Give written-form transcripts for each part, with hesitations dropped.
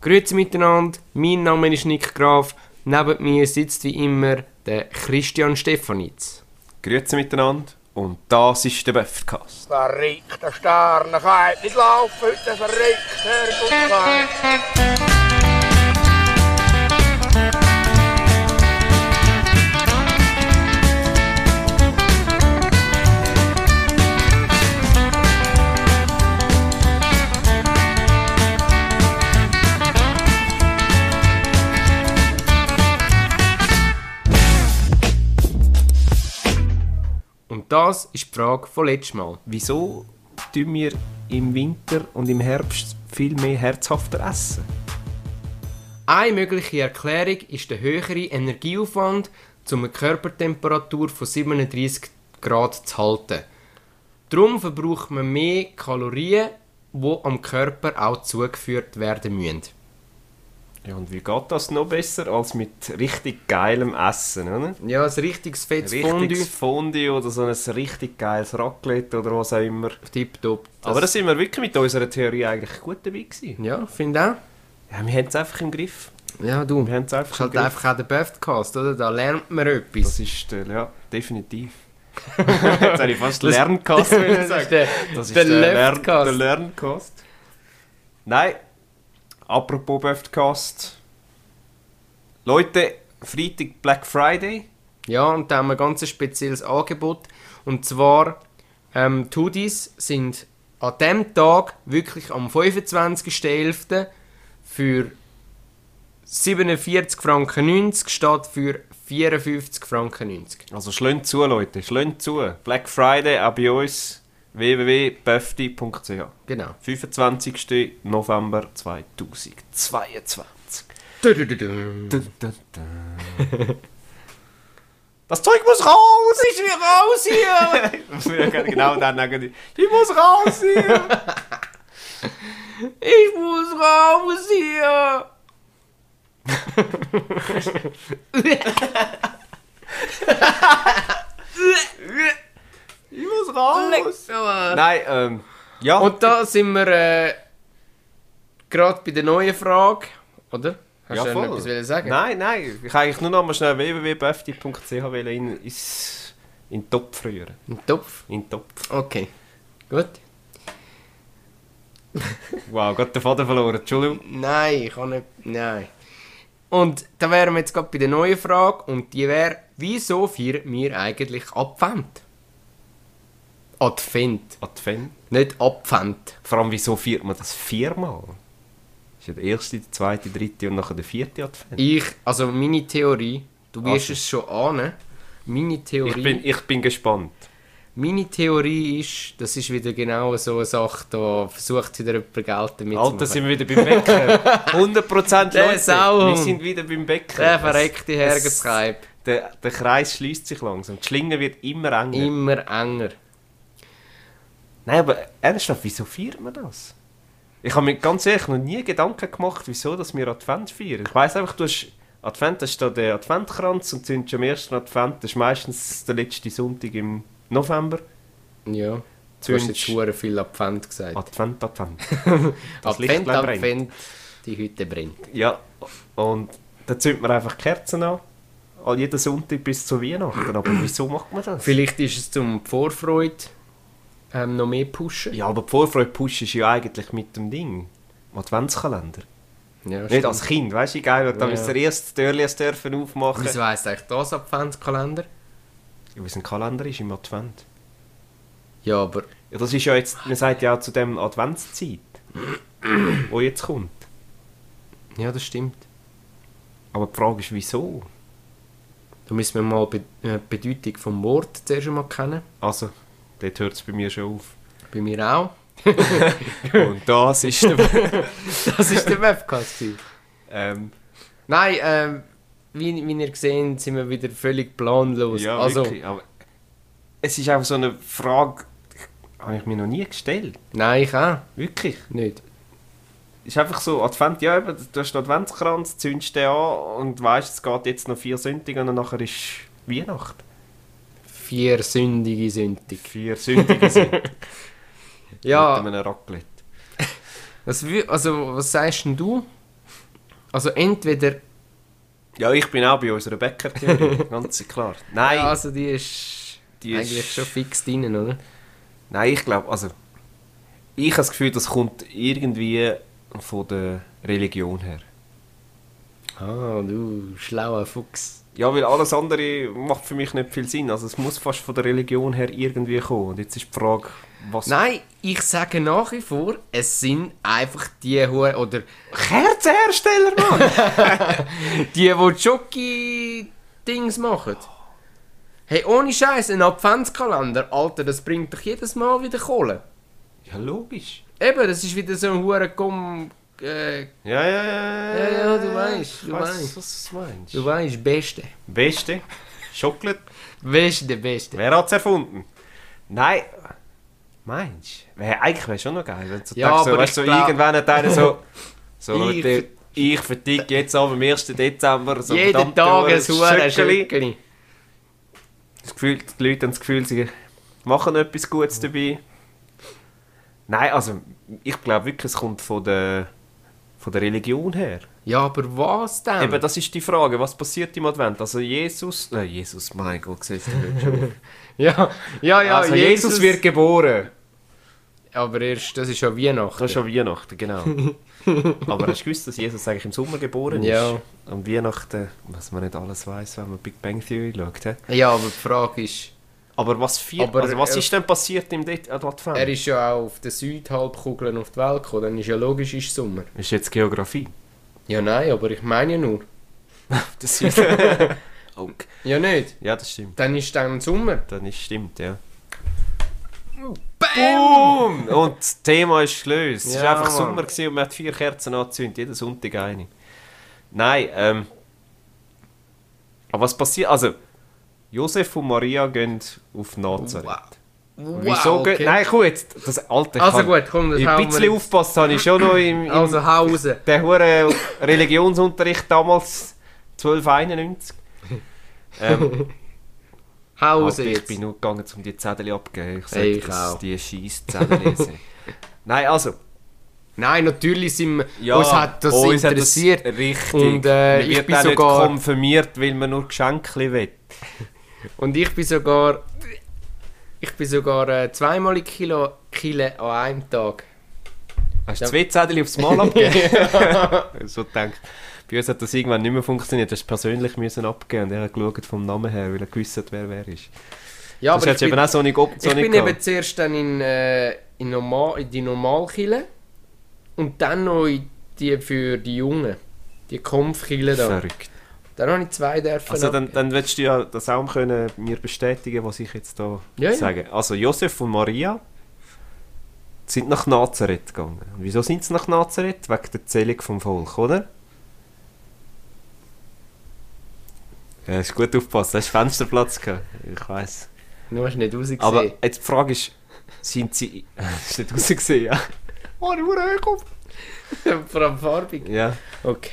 Grüezi miteinander, mein Name ist Nick Graf. Neben mir sitzt wie immer der Christian Stefanitz. Grüezi miteinander und das ist der Böftcast. Verrückter Stern, kann nicht laufen, heute verrückt, Herrgott. Und das ist die Frage von letztes Mal. Wieso tun wir im Winter und im Herbst viel mehr herzhafter essen? Eine mögliche Erklärung ist der höhere Energieaufwand, um eine Körpertemperatur von 37 Grad zu halten. Darum verbraucht man mehr Kalorien, die am Körper auch zugeführt werden müssen. Ja, und wie geht das noch besser als mit richtig geilem Essen, oder? Ja, ein richtiges fettes Richtiges Fondue oder so ein richtig geiles Raclette oder was auch immer. Tipptopp. Aber da sind wir wirklich mit unserer Theorie eigentlich gut dabei gewesen. Ja, finde auch. Ja, wir haben es einfach im Griff. Ja, du. Wir haben es Das einfach ist im halt Griff. einfach auch der Böftcast, oder? Da lernt man etwas. Das ist der, ja, definitiv. Jetzt habe ich fast Lerncast Das sagen. ist der, Das ist der der Leftcast. Lerncast. Nein, apropos Böftcast. Leute, Freitag Black Friday. Ja, und da haben wir ein ganz spezielles Angebot. Und zwar, die Hoodies sind an diesem Tag, wirklich am 25.11. für 47,90 Franken statt für 54,90 Franken. Also schlönt zu, Leute, schlönt zu. Black Friday auch bei uns www.böfti.ch. Genau. 25. November 2022. Das Zeug muss raus! Ich will raus hier! Genau dann sagen die, ich muss raus hier! Ich muss raus hier! Ich muss raus! Nein, ja. Und da sind wir gerade bei der neuen Frage, oder? Hast du voll. noch etwas wollen sagen? Nein. Ich kann eigentlich nur noch mal schnell www.böfti.ch in den Topf rühren. Ein Topf? In den Topf. Okay. Gut. Wow, gerade den Faden verloren. Entschuldigung. Nein, ich kann nicht. Nein. Und da wären wir jetzt gerade bei der neuen Frage. Und die wäre, wieso feiern wir eigentlich Advent? Advent. Advent. Nicht Advent. Vor allem, wieso feiert man das viermal? Das ist ja der erste, der zweite, der dritte und nachher der vierte Advent. Also meine Theorie, du wirst Also. es schon ahnen. Meine Theorie. Ich bin gespannt. Meine Theorie ist, das ist wieder genau so eine Sache, da versucht wieder jemand Geld damit Alter, sind wir wieder beim Bäcker. 100% Der Leute. Sauhund. Wir sind wieder beim Bäcker. Der verreckte Herrgottsreib. Der Kreis schließt sich langsam. Die Schlinge wird immer enger. Immer enger. Nein, aber ernsthaft, wieso feiert man das? Ich habe mir ganz ehrlich noch nie Gedanken gemacht, wieso dass wir Advent feiern. Ich weiss einfach, du hast Advent, das ist da der Adventkranz und sind schon am ersten Advent, das ist meistens der letzte Sonntag im November. Ja. Du hast jetzt Zündest- schon viel Advent gesagt. Advent. Das Advent, Lichtlein brennt. Advent, die Hütte brennt. Ja, und dann zündet man einfach Kerzen an. Jeden Sonntag bis zu Weihnachten. Aber wieso macht man das? Vielleicht ist es zum die Vorfreude noch mehr pushen. Ja, aber die Vorfreude pushen ist ja eigentlich mit dem Ding. Im Adventskalender. Ja, Nicht stimmt. als Kind, weißt du, wie geil. Und dann Ja. ist der erste Türchen dürfen aufmachen. Wieso heisst eigentlich das Adventskalender? Ja, wie es ein Kalender ist im Advent. Ja, aber Ja, das ist ja jetzt, man sagt ja auch zu dem Adventszeit, wo jetzt kommt. ja, das stimmt. Aber die Frage ist, wieso? Da müssen wir mal die Bedeutung vom Wort zuerst einmal kennen. Also, dort hört es bei mir schon auf. Bei mir auch. Und das ist der... Das ist der Webcast. ähm, Nein, wie ihr seht, sind wir wieder völlig planlos. ja, also, wirklich. Aber es ist einfach so eine Frage, die habe ich mir noch nie gestellt. nein, ich auch Wirklich. nicht. Es ist einfach so, Advent, ja, eben, du hast den Adventskranz, zündest den an und weißt, es geht jetzt noch 4 Sündige und nachher ist Weihnachten. 4 sündige Sündig. 4 Sündige sind Ja, mit einem Raclette. was sagst denn du? Also entweder... Ja, ich bin auch bei unserer Bäcker-Theorie, ganz klar. Nein, Ja, also die ist eigentlich schon fix drin, oder? Nein, ich glaube, also... Ich habe das Gefühl, das kommt irgendwie von der Religion her. Ah, du schlauer Fuchs. Ja, weil alles andere macht für mich nicht viel Sinn. Also es muss fast von der Religion her irgendwie kommen. Und jetzt ist die Frage, was... Nein, ich sage nach wie vor, es sind einfach die Hure oder Kerzenhersteller, Mann! die Jockey-Dings machen. Hey, ohne Scheiß, ein Adventskalender, Alter, das bringt doch jedes Mal wieder Kohle. Ja, logisch. Eben, das ist wieder so ein Hure Ja, du weißt, Ich weiss, was du meinst. Du weißt, Beste. Beste? Schokolade? Beste. Wer hat es erfunden? Nein. Meinst du? Eigentlich wäre schon noch geil, wenn du so Ja, denkst, so, aber weißt, ich so glaub- irgendwann hat einer so... So Ich- Leute, ich verticke jetzt am 1. Dezember so Jeden verdammte Tag ein Hure Schöckeli. Schöckeli. Das Gefühl, die Leute haben das Gefühl, sie machen etwas Gutes dabei. Nein, also ich glaube wirklich, es kommt von der Religion her. Ja, aber was denn? Eben, das ist die Frage, was passiert im Advent? Also Jesus, mein Gott, siehst du schon. ja, Also Jesus wird geboren. Aber erst, das ist ja Weihnachten. Das ist schon Weihnachten, genau. Aber hast du gewusst, dass Jesus eigentlich im Sommer geboren ist? Ja. Am Weihnachten, was man nicht alles weiss, wenn man Big Bang Theory schaut. He? Ja, aber die Frage ist, Aber was ist denn passiert im Advent? er ist ja auch auf der Südhalbkugel auf die Welt gekommen, dann ist ja logisch, ist Sommer. Ist jetzt Geografie? Ja, nein, aber ich meine ja nur. Das ist... okay. Ja, nicht. Ja, das stimmt. Dann ist dann Sommer. Dann ist stimmt, ja. Bam! Boom! Und das Thema ist gelöst. Es Ja, war einfach Mann. Sommer gewesen und man hat 4 Kerzen angezündet, jeden Sonntag eine. Nein, aber was passiert? Also, Josef und Maria gehen auf Nazareth. Wow, Wieso okay. Nein, komm jetzt. Das Alte Also kann- gut, komm, das Ein hauen wir bisschen jetzt. aufpasst habe ich schon noch im Also Hause. der hure Religionsunterricht damals 1291. Hause Ich jetzt. bin nur gegangen, um die Zettel abzugeben. Ich Hey, sage, ich dass auch. die Scheisszettel sind. Nein, also. Nein, natürlich sind wir, Ja, uns hat das uns hat interessiert. richtig. Und, Man ich wird bin auch nicht sogar- konfirmiert, weil man nur Geschenke will. Und ich bin sogar zweimal in Kille an einem Tag. Hast du Ja. 2 Zettel aufs Mal abgegeben? So denkt. Bei uns hat das irgendwann nicht mehr funktioniert. Du hast persönlich müssen abgeben und er hat geschaut vom Namen her, weil er gewusst hat, wer ist. Ja, Das aber hat eben auch so nicht ich bin eben zuerst dann in die Normalkille und dann noch in die für die Jungen. Die Kampfkille da. verrückt. Dann habe ich 2 dürfen. Also dann willst du ja das auch können mir bestätigen, was ich jetzt da Ja, ja. sage. Also Josef und Maria sind nach Nazareth gegangen. Und wieso sind sie nach Nazareth? Wegen der Zählung vom Volk, oder? Ja, ist gut aufgepasst. Hast du Fensterplatz gehabt? Ich weiss. Du hast nicht rausgesehen. Aber jetzt die Frage ist, sind sie... Hast du nicht rausgesehen, ja? Oh, die Hure hochkopf. Vor allem farbig. Ja. Okay.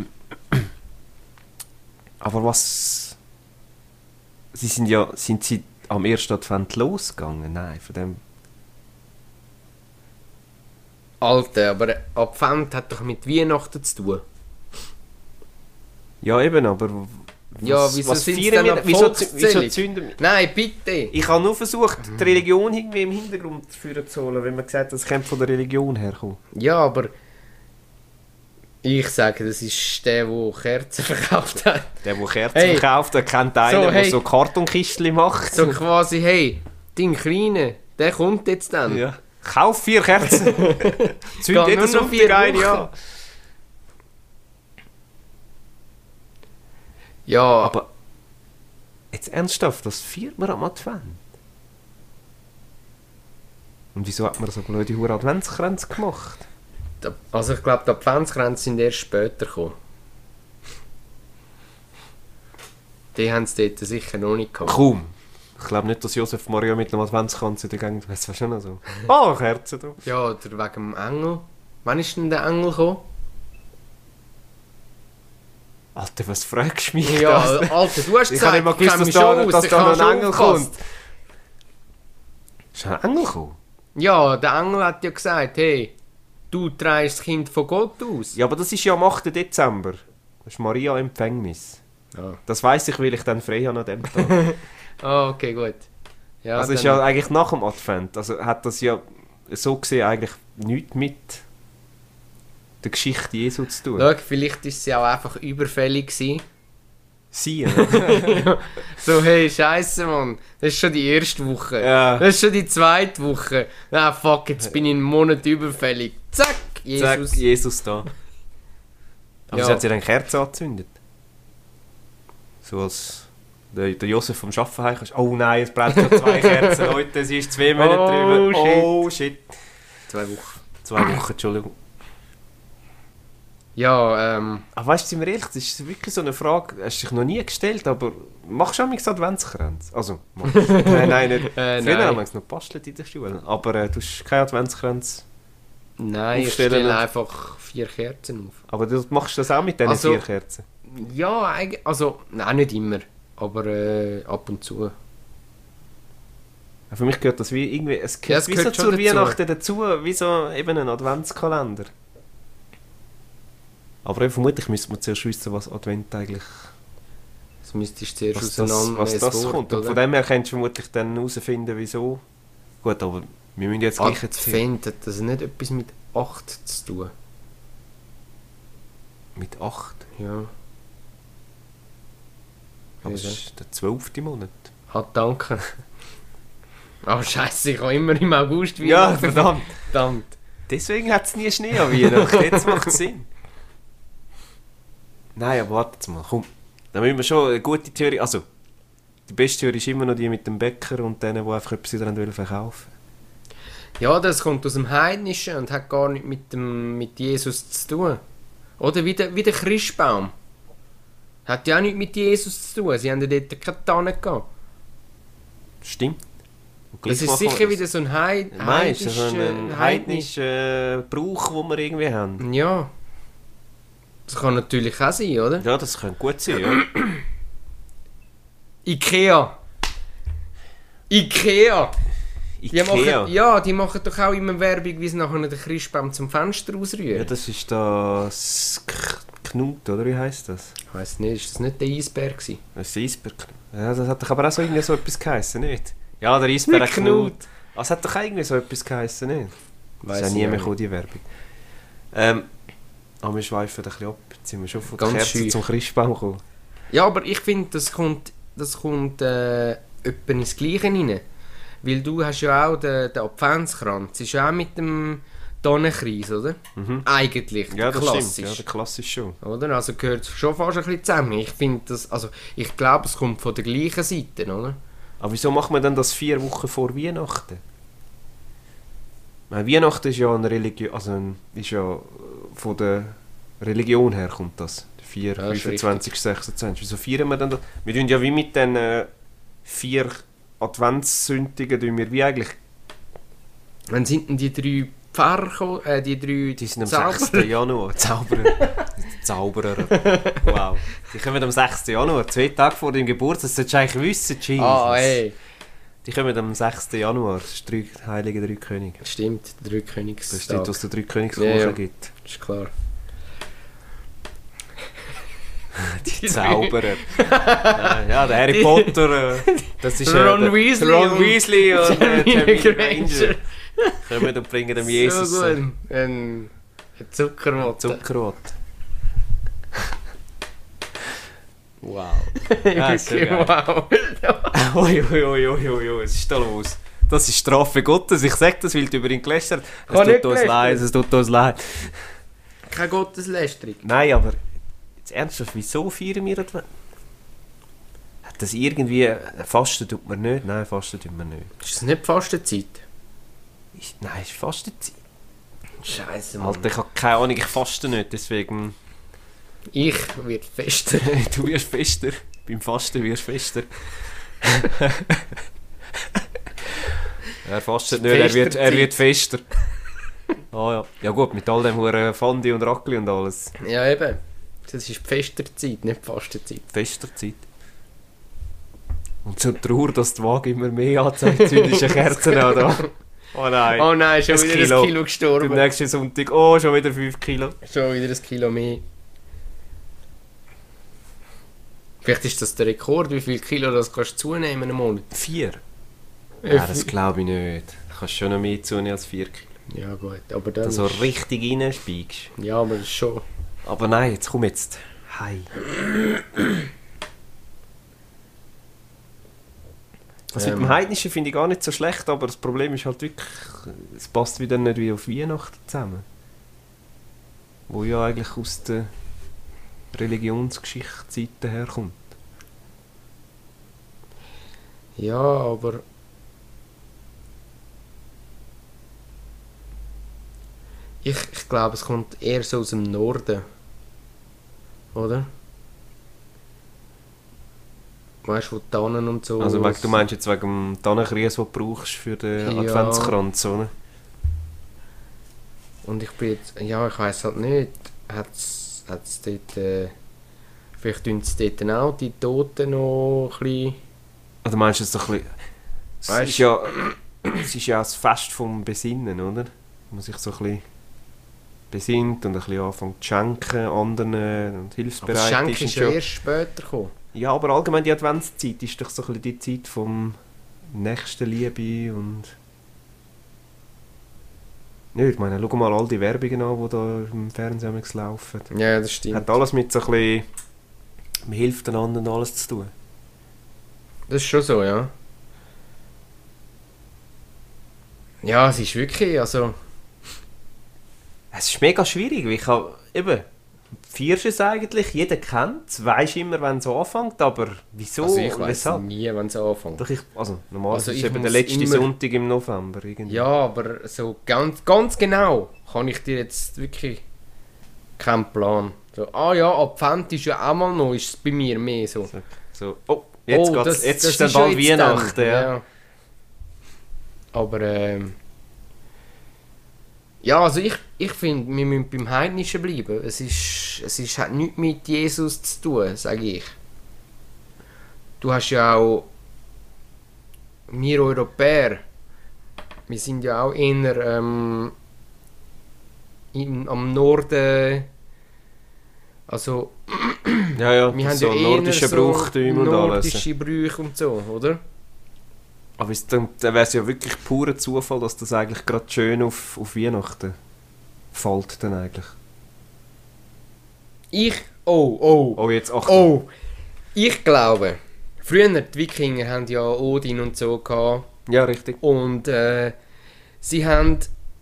Aber was... Sind sie am ersten Advent losgegangen? Nein, von dem... Alter, aber Advent hat doch mit Weihnachten zu tun. Ja, eben, aber... Ja, wieso sind sie feiern dann wir? ab Wieso Volkszählung? zünden wir? Nein, bitte. Ich habe nur versucht, die Religion irgendwie im Hintergrund führen zu holen, wenn man gesagt hat, das könnte von der Religion herkommen. Ja, aber ich sage, das ist der Kerzen verkauft hat. Der Kerzen Hey. verkauft, der kennt einen, So, der hey. so Kartonkistchen macht. So quasi, hey, dein Kleine, der kommt jetzt dann. Ja. Kauf 4 Kerzen. Zünd Geht nur jeden noch Sonntag 4 ein, Wochen. ja. Ja, Aber jetzt ernsthaft, das feiert man am Advent. Und wieso hat man so blöde Hure Adventskränze gemacht? also ich glaube, die Adventskränze sind erst später gekommen. Die haben es dort sicher noch nicht gehabt. Kaum. Ich glaube nicht, dass Josef Maria mit einem Adventskranz in der Gegend... Das war schon noch so. Oh, Kerzen da. Ja, oder wegen dem Engel. Wann ist denn der Engel gekommen? Alter, was fragst du mich Ja, das? Alter, du hast Ich gesagt, habe nicht mal gewusst, kenn mich dass da, schon aus, dass ich da habe noch ein schon Engel aufgepasst. kommt. Ist ein Engel gekommen? Ja, der Engel hat ja gesagt, hey, du trägst das Kind von Gott aus. Ja, aber das ist ja am 8. Dezember. Das ist Maria Empfängnis. Ah. Das weiss ich, weil ich dann frei habe an dem Tag. Ah, okay, gut. Ja, Also ist ja eigentlich nach dem Advent. Also hat das ja so gesehen eigentlich nichts mit der Geschichte Jesu zu tun. Schau, vielleicht war sie auch einfach überfällig gewesen. Sie, oder? So, hey, Scheiße, Mann. Das ist schon die erste Woche. Ja. Das ist schon die zweite Woche. Ah, fuck, jetzt bin ich einen Monat überfällig. Zack, Jesus. Zack, Jesus da. Aber Ja. sie hat sich dann Kerzen angezündet. So als der Josef vom Schaffen heim ist. Oh nein, es brennt schon 2 Kerzen, Leute, sie ist 2 Monate Oh, drüber. shit. Oh shit. 2 Wochen. 2 Wochen, Entschuldigung. Ja, Aber weißt du, sind wir ehrlich, das ist wirklich so eine Frage, hast du dich noch nie gestellt, aber machst du auch manchmal Adventskranz? Also, nein, nicht. Früher nein. haben wir es noch gebastelt in der Schule, aber du hast keinen Adventskranz. Nein, ich Aufstellen stelle und- einfach 4 Kerzen auf. Aber du machst das auch mit diesen Also- 4 Kerzen? Ja, also, nein, nicht immer. Aber ab und zu. Für mich gehört das wie irgendwie, es Ja, gehört, es wie gehört so schon zur dazu. Weihnachten dazu, wie so eben ein Adventskalender. Aber eben, vermutlich müsste man zuerst wissen, was Advent eigentlich, Das müsstest du zuerst was das, was das Wort, kommt. Und oder? von dem her kannst du vermutlich dann herausfinden, wieso. Gut, aber wir müssen jetzt gleich erzählen. Advent, hat das nicht etwas mit 8 zu tun? Mit 8. Ja. Aber das ist der 12. Monat. Danke. Aber scheiße, ich habe immer im August Ja, Weihnachten. verdammt. Verdammt. Deswegen hat es nie Schnee an Weihnachten. Jetzt macht es Sinn. Nein, aber warte jetzt mal. Komm. Da müssen wir schon eine gute Theorie... Also, die beste Theorie ist immer noch die mit dem Bäcker und denen, die einfach etwas wieder verkaufen Ja, das kommt aus dem Heidnischen und hat gar nichts mit Jesus zu tun. Oder wie der Christbaum. Hat ja auch nichts mit Jesus zu tun. Sie haben ja dort keine Tanne gehabt. Stimmt. Und Das gleich ist machen wir sicher wieder so ein Meinst du, das ist ein heidnischer Brauch, den wir irgendwie haben? Ja. Das kann natürlich auch sein, oder? Ja, das könnte gut sein, ja. Ikea. Ikea. Die machen doch auch immer Werbung, wie sie nachher den Christbaum zum Fenster ausrühren. Ja, das ist das Knut, oder wie heisst das? Ich weiss nicht, ist das nicht der Eisbär gewesen? Das ist Eisbär. Ja, das hat doch aber auch so irgendwie so etwas geheißen, nicht? Ja, der Eisbär Nicht Knut. Knut. Das hat doch auch irgendwie so etwas geheißen, nicht? Das ist ja Weiss nie ich mehr auch gekommen, die Werbung. Aber wir schweifen ein bisschen ab. Jetzt sind wir schon von der Ganz Kerze scheu. zum Christbaum gekommen. Ja, aber ich finde, das kommt etwa ins Gleiche rein. Weil du hast ja auch den Adventskranz, ist ja auch mit dem Tannenkreis, oder? Eigentlich, Ja, das klassisch. stimmt. Ja, der klassisch schon. Oder? Also gehört es schon fast ein bisschen zusammen. Ich finde das, also ich glaube, es kommt von der gleichen Seite, oder? Aber wieso macht man denn das 4 Wochen vor Weihnachten? Weihnachten ist ja eine Religion, ist ja von der Religion her kommt das. 4, Ja, ist 25, 26. Wieso feiern wir denn das? Wir tun ja wie mit den 4 Adventssündigen, tun wir wie eigentlich, Wann sind denn die 3 Pfarrer gekommen? Die 3 die sind am Zauberer? 6. Januar. Zauberer. Wow. Die kommen am 6. Januar, 2 Tage vor deinem Geburtstag. Das solltest du eigentlich wissen, Jesus. Ah, hey. Die kommen am 6. Januar. Das ist Heilige Drei Könige. Stimmt, der Das ist Dreikönigsstag. dort, was der Drei Königskirche Ja. gibt. Ist klar. Die Zauberer. Ja, der Harry Potter. Das ist Ron der Weasley Ron und Weasley und Hermine Hermine Granger. Granger. Kommen und bringen dem Jesus So gut. Ein Zuckerwatte. Zuckerwatte. Wow. Ja, ist so geil. Wow. Ui, was ist da los? Das ist Strafe Gottes. Ich sage das, weil du über ihn gelästert hast. Kann Es nicht tut uns gelästert. leid, es tut uns leid. Keine Gotteslästerung. Nein, aber jetzt ernsthaft, wieso feiern wir Advent? Hat das irgendwie... Fasten tut man nicht? Nein, Fasten tut man nicht. Ist das nicht Fastenzeit? Nein, es ist Fastenzeit. Scheiße, Mann. Alter, ich habe keine Ahnung, ich faste nicht, deswegen... Ich werde fester. Du wirst fester. Beim Fasten wirst du fester. Er fastet nicht, er wird fester. Ah ja. Ja gut, mit all dem Huren Fondue und Raclette und alles. Ja, eben. Das ist Festerzeit, nicht Fastenzeit. Festerzeit. Und zur Trauer, dass die Waage immer mehr anzeigt, zündest du Kerzen an da. Oh nein. Oh nein, schon Ein wieder Kilo. ein Kilo gestorben. Der nächste Sonntag, oh, schon wieder 5 Kilo. Schon wieder ein Kilo mehr. Vielleicht ist das der Rekord, wie viel Kilo das kannst du zunehmen in einem Monat. 4? Ja, das glaube ich nicht. Du kannst schon noch mehr zunehmen als 4 Kilo. Ja gut, aber dann... Da so richtig reinspiegst. Ja, aber das ist schon... Aber nein, jetzt komm jetzt. Hi. Das mit dem Heidnischen finde ich gar nicht so schlecht, aber das Problem ist halt wirklich, es passt wieder nicht wie auf Weihnachten zusammen. Wo ja eigentlich aus der Religionsgeschichtsseite herkommt. Ja, aber... Ich glaube, es kommt eher so aus dem Norden. Oder? Weißt du, wo Tannen und so... Also du meinst jetzt wegen dem Tannenkreis, den du brauchst für den Ja. Adventskranz, oder? Und ich bin jetzt... Ja, ich weiss halt nicht. Hat's dort... vielleicht tun sie dort auch die Toten noch ein bisschen... Oder meinst du es doch ein bisschen... Weißt- Es ist ja das Fest vom Besinnen, oder? Wo man sich so ein bisschen besinnt und ein bisschen anfängt zu schenken anderen und Aber das hilfsbereit Schenken ist. ist und ja schon. erst später gekommen. Ja, aber allgemein die Adventszeit ist doch so ein bisschen die Zeit vom Nächstenliebe und... Nicht, ich meine, schau mal all die Werbungen an, die da im Fernsehen manchmal laufen. Ja, das stimmt. Hat alles mit so ein bisschen... Man hilft einander und alles zu tun. Das ist schon so, ja. Ja, es ist wirklich, also... Es ist mega schwierig, weil ich habe... Eben, feierst es eigentlich, jeder kennt es, weisst immer, wenn es so anfängt, aber wieso, Also ich weiss weshalb? nie, wenn es anfängt. Doch also normalerweise Also ist ich es eben der muss letzte immer- Sonntag im November. Irgendwie. Ja, aber so ganz genau kann ich dir jetzt wirklich keinen Plan. So, ja, Advent ist ja auch mal noch, ist es bei mir mehr so. So, oh, jetzt, Oh, geht's, jetzt das ist dann ja bald jetzt Weihnachten. dann, Ja. Aber ja, also ich finde, wir müssen beim Heidnischen bleiben. Hat nichts mit Jesus zu tun, sage ich. Du hast ja auch... Wir Europäer, wir sind ja auch eher am Norden... Also, Ja, ja, wir haben so ja eher nordische so Brauchtümer und alles. nordische Brüche und so, oder? Aber dann wäre es ja wirklich purer Zufall, dass das eigentlich gerade schön auf Weihnachten fällt dann eigentlich. Oh, jetzt Achtung. Ich glaube, früher die Wikinger haben ja Odin und so gehabt. Ja, richtig. Und sie haben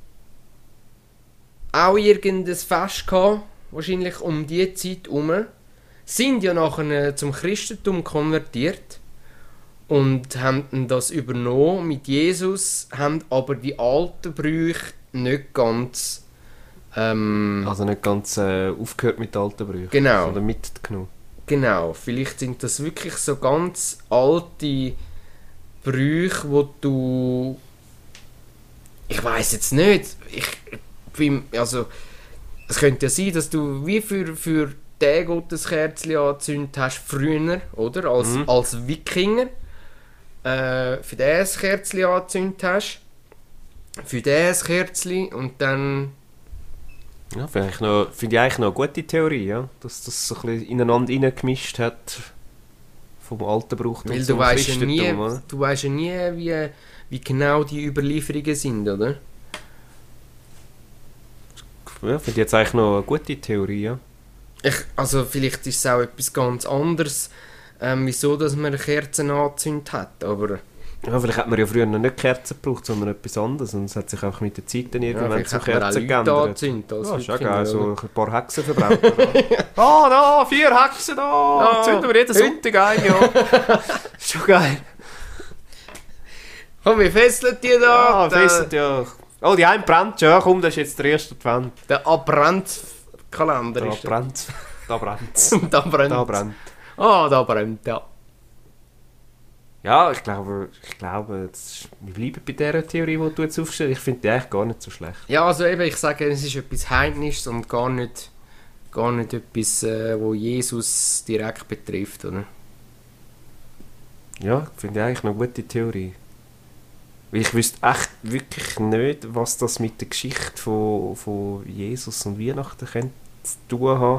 auch irgendein Fest gehabt, wahrscheinlich um die Zeit herum. Sind ja nachher zum Christentum konvertiert und haben das übernommen mit Jesus, haben aber die alten Brüche nicht ganz Also nicht ganz aufgehört mit alten Brüchen. Genau. Oder mitgenommen. Genau, vielleicht sind das wirklich so ganz alte Brüche, wo du... Ich weiß jetzt nicht. Also, es könnte ja sein, dass du wie für den Gotteskerzchen angezündet hast früher, oder? Als Wikinger. Für das Kerzchen angezündet hast. Für das Kerzchen und dann... Ja, finde ich eigentlich noch eine gute Theorie, ja? Dass das so ein bisschen ineinander reingemischt hat vom alten Brauchtum Weil zum du weißt ja Christentum, nie, oder? wie genau die Überlieferungen sind, oder? Ja, finde ich jetzt eigentlich noch eine gute Theorie, ja? Also vielleicht ist es auch etwas ganz anderes, wieso dass man Kerzen angezündet hat, aber... Ja, vielleicht hat man ja früher noch nicht Kerzen gebraucht, sondern etwas anderes und es hat sich einfach mit der Zeit dann irgendwann zu Kerzen geändert. Angezündet als Ja, ist auch Wikinger, geil, so oder? ein paar Hexen verbrannt. Da, 4 Hexen da! Zünden wir jeden Sonntag ein, ja. Ist schon geil. Komm, wir fesseln die da! Ja, wissen ja. Oh, die eine brennt schon. Ja, komm, das ist jetzt der erste Advent. Der Adventkalender Da ist das. brennt. Da brennt. Da brennt. Da brennt. Da brennt, ja. Ja, ich glaube wir bleiben bei dieser Theorie, die du jetzt aufstellst. Ich finde die eigentlich gar nicht so schlecht. Ja, also eben, ich sage, es ist etwas Heidnisches und gar nicht etwas, wo Jesus direkt betrifft, oder? Ja, finde ich eigentlich eine gute Theorie. Ich wüsste echt wirklich nicht, was das mit der Geschichte von Jesus und Weihnachten könnte zu tun haben.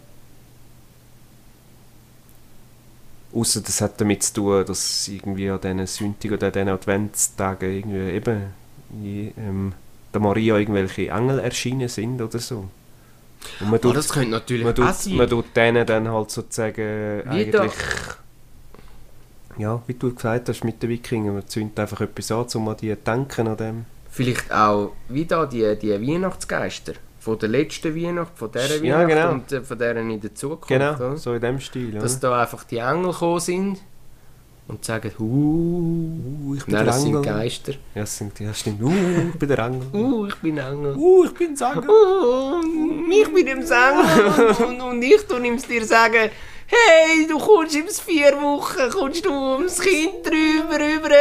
Ausser das hat damit zu tun, dass irgendwie an diesen Sündigen oder an diesen Adventstagen irgendwie eben der Maria irgendwelche Engel erschienen sind oder so. Und man Das könnte natürlich auch sein. man tut denen dann halt sozusagen eigentlich... Ja, wie du gesagt hast mit den Wikingern, man zündet einfach etwas an, um an die zu denken an dem. Vielleicht auch wie da die Weihnachtsgeister. Von der letzten Weihnacht, von dieser Ja, Weihnacht genau. und von deren in der Zukunft. Genau, Oder? so in dem Stil. Dass Oder? da einfach die Engel gekommen sind und sagen, Ich bin nein, der das sind Engel. Geister. Ja, stimmt. Ich bin der Engel. Ich bin Engel. Ich bin Sager. Ich bin im Sänger und ich tue ihm dir sagen, hey, du kommst in 4 Wochen, kommst du ums Kind rüber.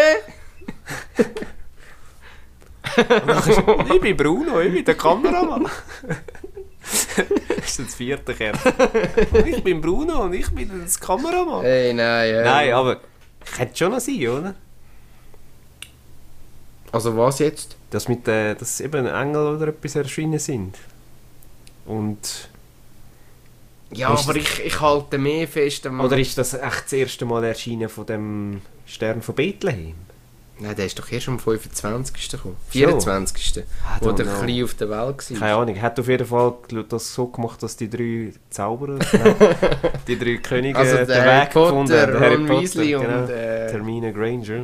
Ich bin Bruno, ich bin der Kameramann. Das ist das 4. Kern. Ich bin Bruno und ich bin das Kameramann. Hey, nein. Nein, aber könnte schon noch sein, oder? Also was jetzt? Dass eben Engel oder etwas erschienen sind. Und... Ja, Ist aber ich halte mehr fest am... Oder ist das echt das erste Mal erschienen von dem Stern von Bethlehem? Nein, der ist doch erst am 25. gekommen. So. 24. Wo don't der know. Klein auf der Welt war. Keine Ahnung, er hat auf jeden Fall das so gemacht, dass die 3 Zauberer, die 3 Könige Also den der Harry Weg gefunden haben. Potter, Der Ron Weasley genau. und... Hermine Granger.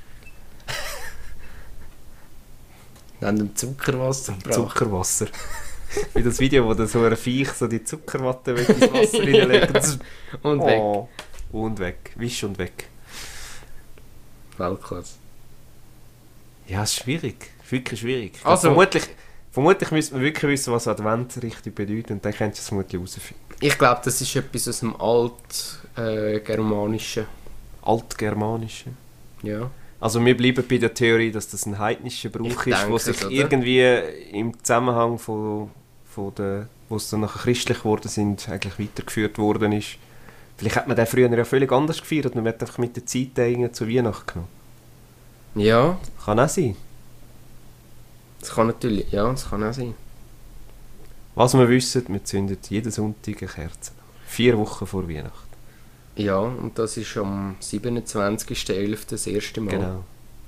haben dem Zuckerwasser gebracht. Zuckerwasser. Wie das Video, wo da so ein Viech so die Zuckerwatte ins Wasser reinlegt. Und weg. Oh. Und weg. Wisch und weg. Weltklasse. Ja, es ist schwierig. Wirklich schwierig. Also- Vermutlich müsste man wirklich wissen, was Advent richtig bedeutet, und dann könntest du es vermutlich herausfinden. Ich glaube, das ist etwas aus dem Altgermanischen. Altgermanische. Ja. Also wir bleiben bei der Theorie, dass das ein heidnischer Brauch Ich ist, denke wo sich es, oder? irgendwie im Zusammenhang wo es dann nachher christlich geworden sind, eigentlich weitergeführt worden ist. Vielleicht hat man den früher ja völlig anders gefeiert, man hat einfach mit der Zeit den zu Weihnachten genommen. Ja, Kann auch sein. das kann natürlich... Ja, das kann auch sein. Was wir wissen, wir zünden jeden Sonntag eine Kerze. 4 Wochen vor Weihnachten. Ja, und das ist am 27.11. das erste Mal. Genau.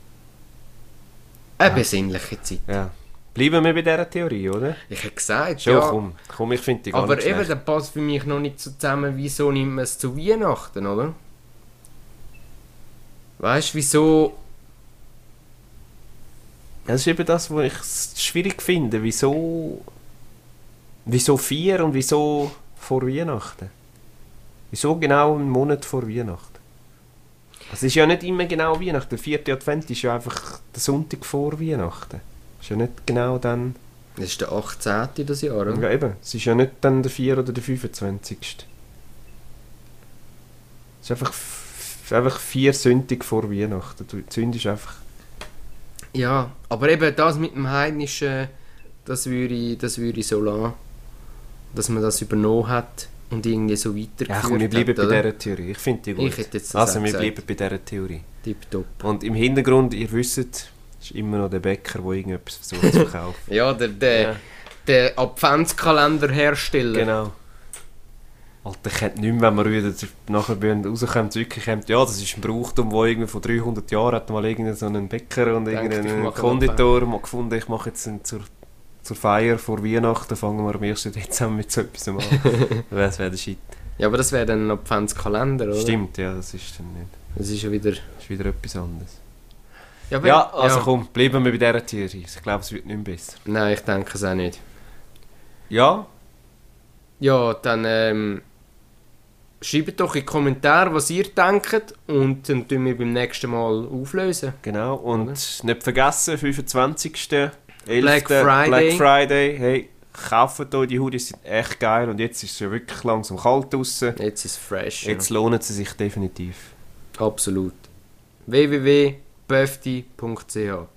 Eine besinnliche Zeit. Ja. Bleiben wir bei dieser Theorie, oder? Ich hätte gesagt, Schon, ja. komm, ich finde die gar Aber nicht eben, schlecht. das passt für mich noch nicht so zusammen, wieso nimmt man es zu Weihnachten, oder? Weißt du, wieso... Das ist eben das, was ich schwierig finde. Wieso 4 und wieso vor Weihnachten? Wieso genau einen Monat vor Weihnachten? Es ist ja nicht immer genau Weihnachten. Der 4. Advent ist ja einfach der Sonntag vor Weihnachten. Ist ja nicht genau dann... Das ist der 18. das Jahr, oder? Ja eben, es ist ja nicht dann der 4. oder der 25. Es ist einfach 4 Sündig vor Weihnachten. Du zündest einfach... Ja, aber eben das mit dem Heidnischen, das würde ich so lassen, dass man das übernommen hat und irgendwie so weitergeführt Ja komm, wir bleiben hat, bei oder? dieser Theorie. Ich finde die gut. Ich hätte jetzt das Also auch wir gesagt. bleiben bei dieser Theorie. Tipptopp. Und im Hintergrund, ihr wisst, ist immer noch der Bäcker, der irgendetwas versucht zu verkaufen. Ja, der Ja. der Adventskalenderhersteller. Genau. Alter, ich hätte nicht mehr, wenn wir wieder nachher rauskommen, zurückkommen, ja, das ist ein Brauchtum, wo irgendwie vor 300 Jahren hat mal irgendein so einen Bäcker und Denkt, ich irgendeinen mache Konditor mal gefunden, ich mache jetzt zur Feier vor Weihnachten, fangen wir am 1. Dezember mit so etwas an. Das wäre der Shit. Ja, aber das wäre dann ein Adventskalender, oder? Stimmt, ja, das ist dann nicht. Das ist ja wieder... Das ist wieder etwas anderes. Ja, Ja, also komm, bleiben wir bei dieser Theorie. Ich glaube, es wird nicht mehr besser. Nein, ich denke es auch nicht. Ja, Ja, dann schreibt doch in die Kommentare, was ihr denkt, und dann tun wir beim nächsten Mal auflösen. genau. Und nicht vergessen, 25. 11. Black Friday. Black Friday. Hey, kauft euch die Hoodies, sind echt geil. Und jetzt ist es ja wirklich langsam kalt draussen. Jetzt ist es fresh. Jetzt lohnen sie sich definitiv. Ja. Absolut. www.böfti.ch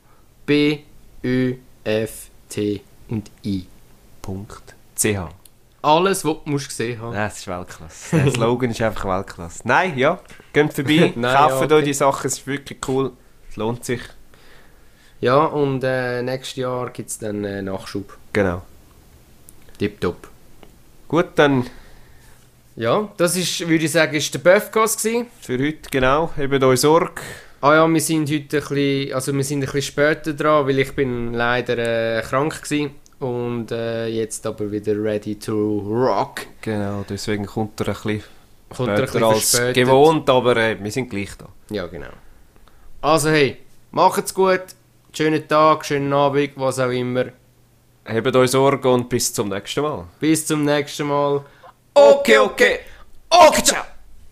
B-Ö-F-T und I. .ch. Alles, was du musst gesehen haben. Das ist Weltklasse. Der Slogan ist einfach Weltklasse. Nein, ja, geht vorbei, Nein, kauft ja, okay. euch die Sachen, es ist wirklich cool. Es lohnt sich. Ja, und nächstes Jahr gibt es dann Nachschub. Genau. Tipptopp. Gut, dann Ja, das ist, würde ich sagen, ist der Buffcast gewesen. für heute, genau. Hebt euch Sorge. Ah ja, wir sind heute wir sind ein bisschen später dran, weil ich bin leider krank gewesen. Und jetzt aber wieder ready to rock. Genau, deswegen kommt er ein bisschen Kommt er ein später bisschen als verspätet. gewohnt, aber wir sind gleich da. Ja, genau. Also hey, macht's gut. Schönen Tag, schönen Abend, was auch immer. Hebt euch Sorge und bis zum nächsten Mal. Bis zum nächsten Mal. Okay, ciao.